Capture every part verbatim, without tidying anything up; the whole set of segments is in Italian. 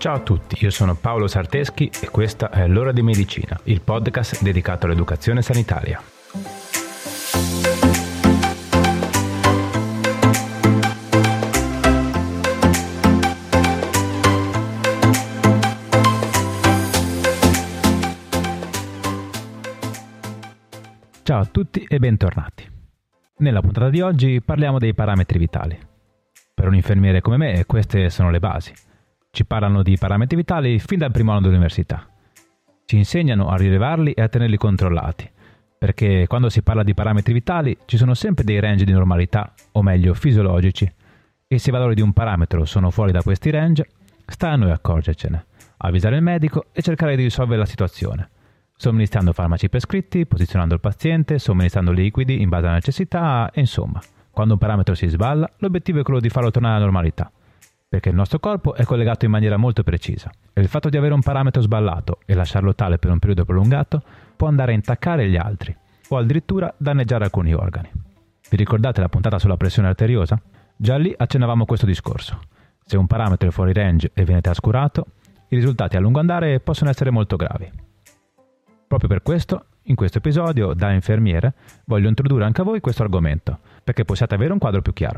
Ciao a tutti, io sono Paolo Sarteschi e questa è L'Ora di Medicina, il podcast dedicato all'educazione sanitaria. Ciao a tutti e bentornati. Nella puntata di oggi parliamo dei parametri vitali. Per un infermiere come me queste sono le basi. Ci parlano di parametri vitali fin dal primo anno dell'università. Ci insegnano a rilevarli e a tenerli controllati, perché quando si parla di parametri vitali ci sono sempre dei range di normalità, o meglio fisiologici, e se i valori di un parametro sono fuori da questi range, sta a noi accorgercene, avvisare il medico e cercare di risolvere la situazione, somministrando farmaci prescritti, posizionando il paziente, somministrando liquidi in base alla necessità e insomma, quando un parametro si sballa, l'obiettivo è quello di farlo tornare alla normalità, perché il nostro corpo è collegato in maniera molto precisa e il fatto di avere un parametro sballato e lasciarlo tale per un periodo prolungato può andare a intaccare gli altri o addirittura danneggiare alcuni organi. Vi ricordate la puntata sulla pressione arteriosa? Già lì accennavamo questo discorso. Se un parametro è fuori range e viene trascurato, i risultati a lungo andare possono essere molto gravi. Proprio per questo, in questo episodio, da infermiere, voglio introdurre anche a voi questo argomento, perché possiate avere un quadro più chiaro.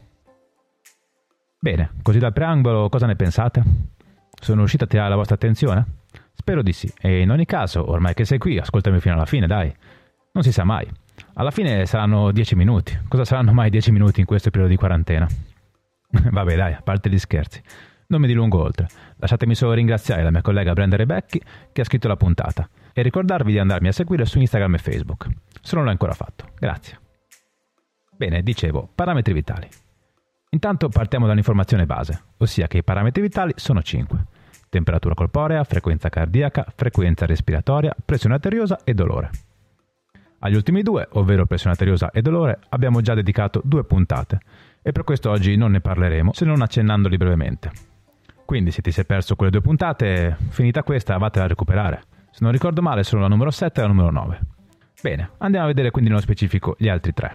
Bene, così dal preambolo cosa ne pensate? Sono riuscito a tirare la vostra attenzione? Spero di sì, e in ogni caso, ormai che sei qui, ascoltami fino alla fine, dai. Non si sa mai. Alla fine saranno dieci minuti. Cosa saranno mai dieci minuti in questo periodo di quarantena? Vabbè dai, a parte gli scherzi. Non mi dilungo oltre. Lasciatemi solo ringraziare la mia collega Brenda Rebecchi che ha scritto la puntata e ricordarvi di andarmi a seguire su Instagram e Facebook, se non l'ho ancora fatto. Grazie. Bene, dicevo, parametri vitali. Intanto partiamo dall'informazione base, ossia che i parametri vitali sono cinque. Temperatura corporea, frequenza cardiaca, frequenza respiratoria, pressione arteriosa e dolore. Agli ultimi due, ovvero pressione arteriosa e dolore, abbiamo già dedicato due puntate e per questo oggi non ne parleremo se non accennandoli brevemente. Quindi se ti sei perso quelle due puntate, finita questa vattela a recuperare. Se non ricordo male sono la numero sette e la numero nove. Bene, andiamo a vedere quindi nello specifico gli altri tre.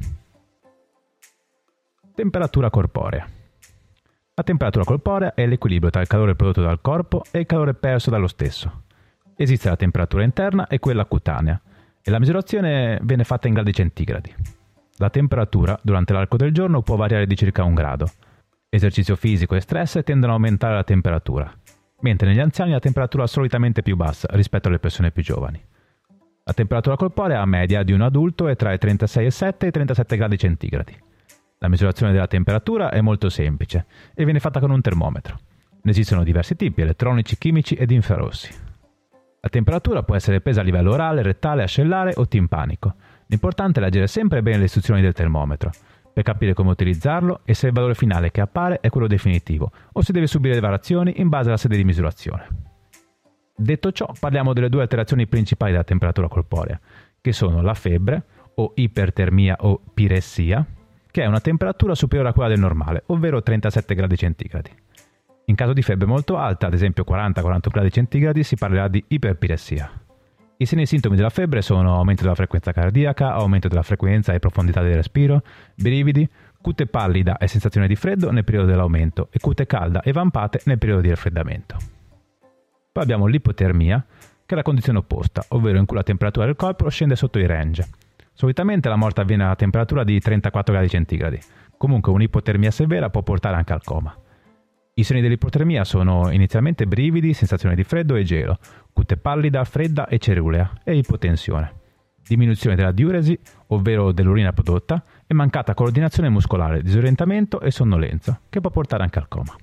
Temperatura corporea. La temperatura corporea è l'equilibrio tra il calore prodotto dal corpo e il calore perso dallo stesso. Esiste la temperatura interna e quella cutanea, e la misurazione viene fatta in gradi centigradi. La temperatura durante l'arco del giorno può variare di circa un grado. Esercizio fisico e stress tendono a aumentare la temperatura, mentre negli anziani la temperatura è solitamente più bassa rispetto alle persone più giovani. La temperatura corporea media di un adulto è tra i trentasei virgola sette e i trentasette gradi centigradi. La misurazione della temperatura è molto semplice e viene fatta con un termometro. Ne esistono diversi tipi, elettronici, chimici ed infrarossi. La temperatura può essere presa a livello orale, rettale, ascellare o timpanico. L'importante è leggere sempre bene le istruzioni del termometro, per capire come utilizzarlo e se il valore finale che appare è quello definitivo o se deve subire variazioni in base alla sede di misurazione. Detto ciò, parliamo delle due alterazioni principali della temperatura corporea, che sono la febbre o ipertermia o piressia, che è una temperatura superiore a quella del normale, ovvero trentasette gradi centigradi. In caso di febbre molto alta, ad esempio quaranta quarantuno gradi centigradi, si parlerà di iperpiressia. I segni e sintomi della febbre sono aumento della frequenza cardiaca, aumento della frequenza e profondità del respiro, brividi, cute pallida e sensazione di freddo nel periodo dell'aumento e cute calda e vampate nel periodo di raffreddamento. Poi abbiamo l'ipotermia, che è la condizione opposta, ovvero in cui la temperatura del corpo scende sotto i range. Solitamente la morte avviene a una temperatura di trentaquattro gradi centigradi. Comunque un'ipotermia severa può portare anche al coma. I segni dell'ipotermia sono inizialmente brividi, sensazione di freddo e gelo, cute pallida, fredda e cerulea e ipotensione. Diminuzione della diuresi, ovvero dell'urina prodotta, e mancata coordinazione muscolare, disorientamento e sonnolenza, che può portare anche al coma.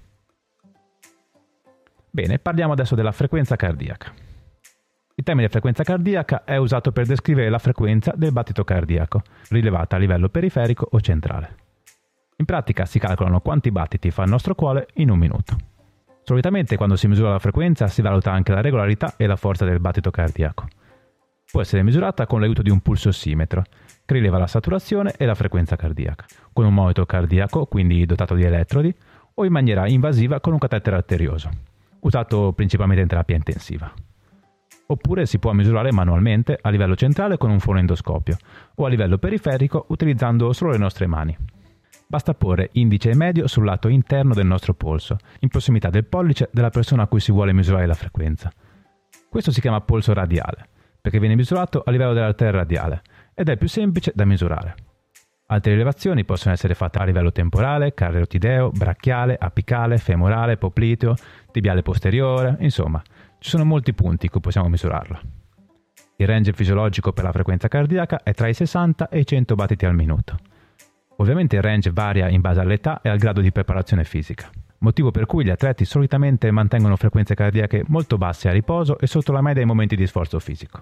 Bene, parliamo adesso della frequenza cardiaca. Il termine frequenza cardiaca è usato per descrivere la frequenza del battito cardiaco, rilevata a livello periferico o centrale. In pratica si calcolano quanti battiti fa il nostro cuore in un minuto. Solitamente quando si misura la frequenza si valuta anche la regolarità e la forza del battito cardiaco. Può essere misurata con l'aiuto di un pulsossimetro, che rileva la saturazione e la frequenza cardiaca, con un monito cardiaco, quindi dotato di elettrodi, o in maniera invasiva con un catetere arterioso, usato principalmente in terapia intensiva. Oppure si può misurare manualmente a livello centrale con un fonoendoscopio o a livello periferico utilizzando solo le nostre mani. Basta porre indice e medio sul lato interno del nostro polso, in prossimità del pollice della persona a cui si vuole misurare la frequenza. Questo si chiama polso radiale, perché viene misurato a livello dell'arteria radiale ed è più semplice da misurare. Altre rilevazioni possono essere fatte a livello temporale, carotideo, brachiale, apicale, femorale, popliteo, tibiale posteriore, insomma, ci sono molti punti in cui possiamo misurarla. Il range fisiologico per la frequenza cardiaca è tra i sessanta e i cento battiti al minuto. Ovviamente il range varia in base all'età e al grado di preparazione fisica, motivo per cui gli atleti solitamente mantengono frequenze cardiache molto basse a riposo e sotto la media in momenti di sforzo fisico.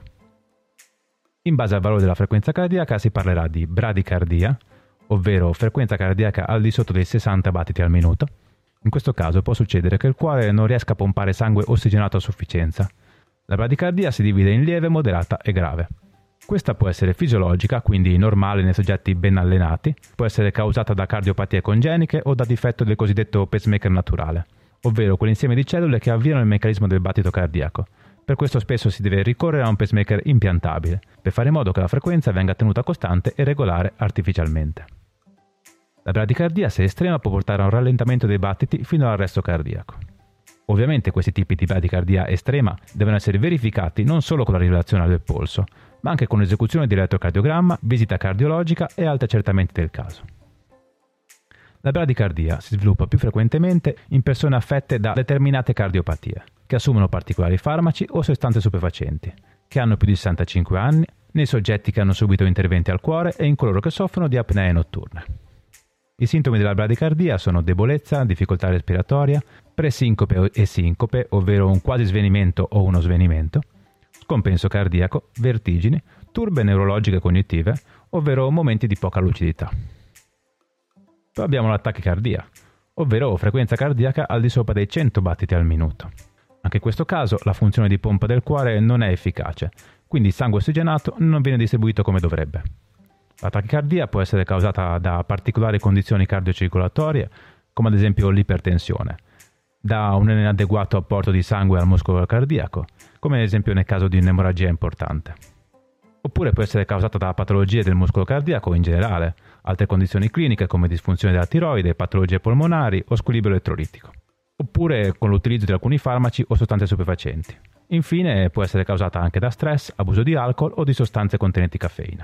In base al valore della frequenza cardiaca si parlerà di bradicardia, ovvero frequenza cardiaca al di sotto dei sessanta battiti al minuto. In questo caso può succedere che il cuore non riesca a pompare sangue ossigenato a sufficienza. La bradicardia si divide in lieve, moderata e grave. Questa può essere fisiologica, quindi normale nei soggetti ben allenati, può essere causata da cardiopatie congeniche o da difetto del cosiddetto pacemaker naturale, ovvero quell'insieme di cellule che avviano il meccanismo del battito cardiaco. Per questo spesso si deve ricorrere a un pacemaker impiantabile, per fare in modo che la frequenza venga tenuta costante e regolare artificialmente. La bradicardia, se estrema, può portare a un rallentamento dei battiti fino all'arresto cardiaco. Ovviamente questi tipi di bradicardia estrema devono essere verificati non solo con la rilevazione del polso, ma anche con l'esecuzione di elettrocardiogramma, visita cardiologica e altri accertamenti del caso. La bradicardia si sviluppa più frequentemente in persone affette da determinate cardiopatie, che assumono particolari farmaci o sostanze stupefacenti, che hanno più di sessantacinque anni, nei soggetti che hanno subito interventi al cuore e in coloro che soffrono di apnee notturne. I sintomi della bradicardia sono debolezza, difficoltà respiratoria, presincope e sincope, ovvero un quasi svenimento o uno svenimento, scompenso cardiaco, vertigini, turbe neurologiche cognitive, ovvero momenti di poca lucidità. Poi abbiamo la tachicardia, ovvero frequenza cardiaca al di sopra dei cento battiti al minuto. Anche in questo caso la funzione di pompa del cuore non è efficace, quindi il sangue ossigenato non viene distribuito come dovrebbe. La tachicardia può essere causata da particolari condizioni cardiocircolatorie, come ad esempio l'ipertensione, da un inadeguato apporto di sangue al muscolo cardiaco, come ad esempio nel caso di un'emorragia importante. Oppure può essere causata da patologie del muscolo cardiaco in generale, altre condizioni cliniche come disfunzione della tiroide, patologie polmonari o squilibrio elettrolitico. Oppure con l'utilizzo di alcuni farmaci o sostanze stupefacenti. Infine può essere causata anche da stress, abuso di alcol o di sostanze contenenti caffeina.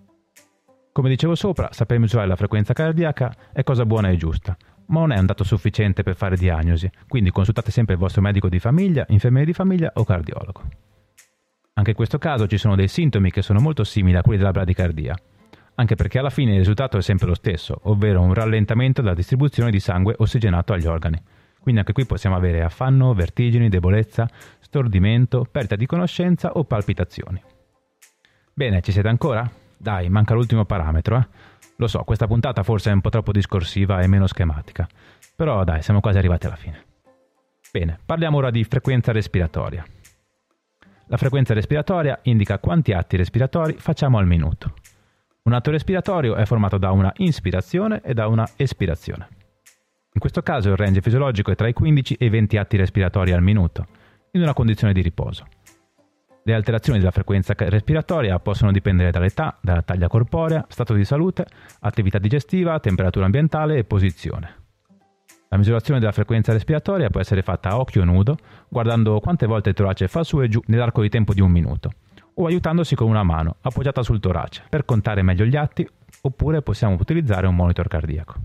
Come dicevo sopra, saper misurare la frequenza cardiaca è cosa buona e giusta, ma non è un dato sufficiente per fare diagnosi, quindi consultate sempre il vostro medico di famiglia, infermiere di famiglia o cardiologo. Anche in questo caso ci sono dei sintomi che sono molto simili a quelli della bradicardia, anche perché alla fine il risultato è sempre lo stesso, ovvero un rallentamento della distribuzione di sangue ossigenato agli organi. Quindi anche qui possiamo avere affanno, vertigini, debolezza, stordimento, perdita di conoscenza o palpitazioni. Bene, ci siete ancora? Dai, manca l'ultimo parametro, eh? Lo so, questa puntata forse è un po' troppo discorsiva e meno schematica, però dai, siamo quasi arrivati alla fine. Bene, parliamo ora di frequenza respiratoria. La frequenza respiratoria indica quanti atti respiratori facciamo al minuto. Un atto respiratorio è formato da una inspirazione e da una espirazione. In questo caso il range fisiologico è tra i quindici e i venti atti respiratori al minuto, in una condizione di riposo. Le alterazioni della frequenza respiratoria possono dipendere dall'età, dalla taglia corporea, stato di salute, attività digestiva, temperatura ambientale e posizione. La misurazione della frequenza respiratoria può essere fatta a occhio nudo, guardando quante volte il torace fa su e giù nell'arco di tempo di un minuto, o aiutandosi con una mano appoggiata sul torace per contare meglio gli atti, oppure possiamo utilizzare un monitor cardiaco.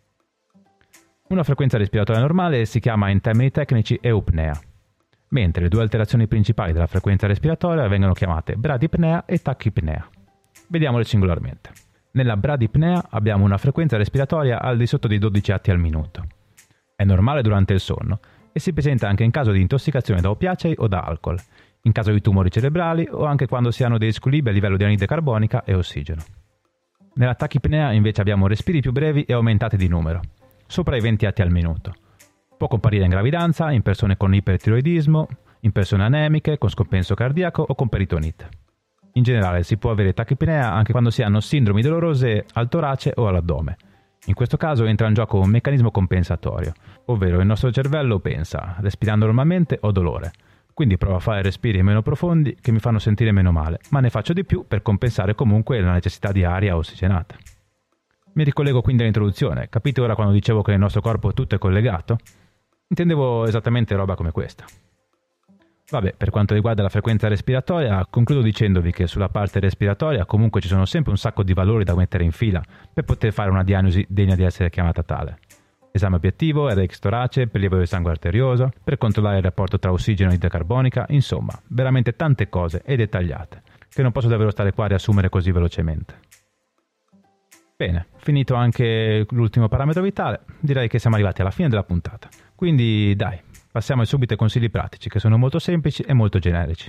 Una frequenza respiratoria normale si chiama in termini tecnici eupnea, mentre le due alterazioni principali della frequenza respiratoria vengono chiamate bradipnea e tachipnea. Vediamole singolarmente. Nella bradipnea abbiamo una frequenza respiratoria al di sotto dei dodici atti al minuto. È normale durante il sonno e si presenta anche in caso di intossicazione da oppiacei o da alcol, in caso di tumori cerebrali o anche quando si hanno dei squilibri a livello di anidride carbonica e ossigeno. Nella tachipnea invece abbiamo respiri più brevi e aumentati di numero, sopra i venti atti al minuto. Può comparire in gravidanza, in persone con ipertiroidismo, in persone anemiche, con scompenso cardiaco o con peritonite. In generale si può avere tachipnea anche quando si hanno sindromi dolorose al torace o all'addome. In questo caso entra in gioco un meccanismo compensatorio, ovvero il nostro cervello pensa, respirando normalmente ho dolore, quindi provo a fare respiri meno profondi che mi fanno sentire meno male, ma ne faccio di più per compensare comunque la necessità di aria ossigenata. Mi ricollego quindi all'introduzione. Capite ora quando dicevo che nel nostro corpo tutto è collegato? Intendevo esattamente roba come questa. Vabbè, per quanto riguarda la frequenza respiratoria, concludo dicendovi che sulla parte respiratoria comunque ci sono sempre un sacco di valori da mettere in fila per poter fare una diagnosi degna di essere chiamata tale. Esame obiettivo, R X torace, prelievo del sangue arterioso, per controllare il rapporto tra ossigeno e anidride carbonica, insomma, veramente tante cose e dettagliate, che non posso davvero stare qua a riassumere così velocemente. Bene, finito anche l'ultimo parametro vitale, direi che siamo arrivati alla fine della puntata. Quindi dai, passiamo subito ai consigli pratici, che sono molto semplici e molto generici.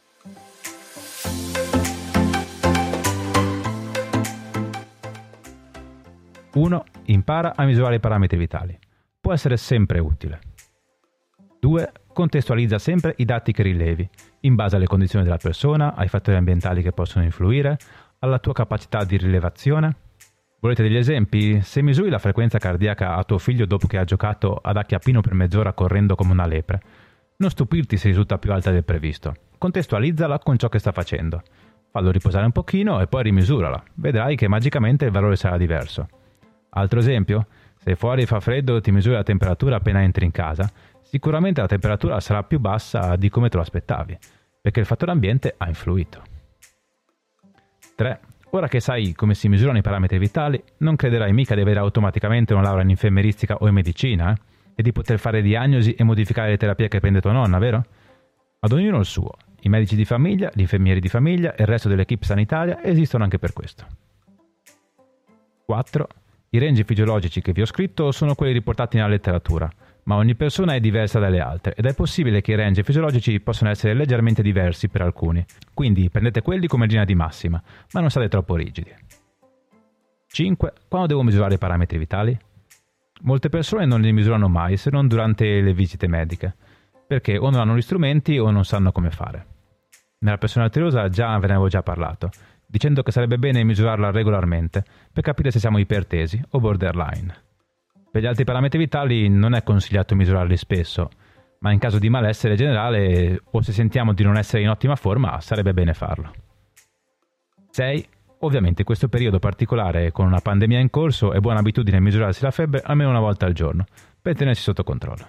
uno. Impara a misurare i parametri vitali. Può essere sempre utile. due. Contestualizza sempre i dati che rilevi, in base alle condizioni della persona, ai fattori ambientali che possono influire, alla tua capacità di rilevazione. Volete degli esempi? Se misuri la frequenza cardiaca a tuo figlio dopo che ha giocato ad acchiappino per mezz'ora correndo come una lepre, non stupirti se risulta più alta del previsto. Contestualizzala con ciò che sta facendo. Fallo riposare un pochino e poi rimisurala. Vedrai che magicamente il valore sarà diverso. Altro esempio? Se fuori fa freddo e ti misuri la temperatura appena entri in casa, sicuramente la temperatura sarà più bassa di come te lo aspettavi, perché il fattore ambiente ha influito. tre. Ora che sai come si misurano i parametri vitali, non crederai mica di avere automaticamente una laurea in infermieristica o in medicina, eh? E di poter fare diagnosi e modificare le terapie che prende tua nonna, vero? Ad ognuno il suo. I medici di famiglia, gli infermieri di famiglia e il resto dell'equipe sanitaria esistono anche per questo. quattro. I range fisiologici che vi ho scritto sono quelli riportati nella letteratura, ma ogni persona è diversa dalle altre ed è possibile che i range fisiologici possano essere leggermente diversi per alcuni, quindi prendete quelli come linea di massima, ma non state troppo rigidi. cinque. Quando devo misurare i parametri vitali? Molte persone non li misurano mai se non durante le visite mediche, perché o non hanno gli strumenti o non sanno come fare. Nella pressione arteriosa già ve ne avevo già parlato, dicendo che sarebbe bene misurarla regolarmente per capire se siamo ipertesi o borderline. Per gli altri parametri vitali non è consigliato misurarli spesso, ma in caso di malessere generale o se sentiamo di non essere in ottima forma sarebbe bene farlo. sei. Ovviamente in questo periodo particolare con una pandemia in corso è buona abitudine misurarsi la febbre almeno una volta al giorno per tenersi sotto controllo.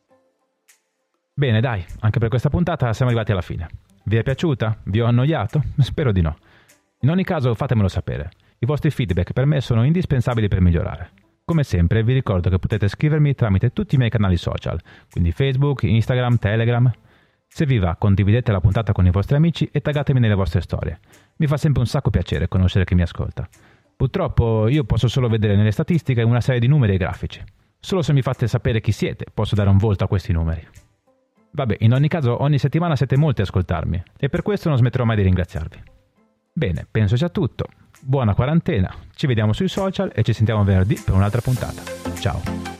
Bene dai, anche per questa puntata siamo arrivati alla fine. Vi è piaciuta? Vi ho annoiato? Spero di no. In ogni caso fatemelo sapere. I vostri feedback per me sono indispensabili per migliorare. Come sempre vi ricordo che potete scrivermi tramite tutti i miei canali social, quindi Facebook, Instagram, Telegram. Se vi va, condividete la puntata con i vostri amici e taggatemi nelle vostre storie. Mi fa sempre un sacco piacere conoscere chi mi ascolta. Purtroppo io posso solo vedere nelle statistiche una serie di numeri e grafici. Solo se mi fate sapere chi siete posso dare un volto a questi numeri. Vabbè, in ogni caso ogni settimana siete molti a ascoltarmi e per questo non smetterò mai di ringraziarvi. Bene, penso sia tutto. Buona quarantena, ci vediamo sui social e ci sentiamo venerdì per un'altra puntata. Ciao!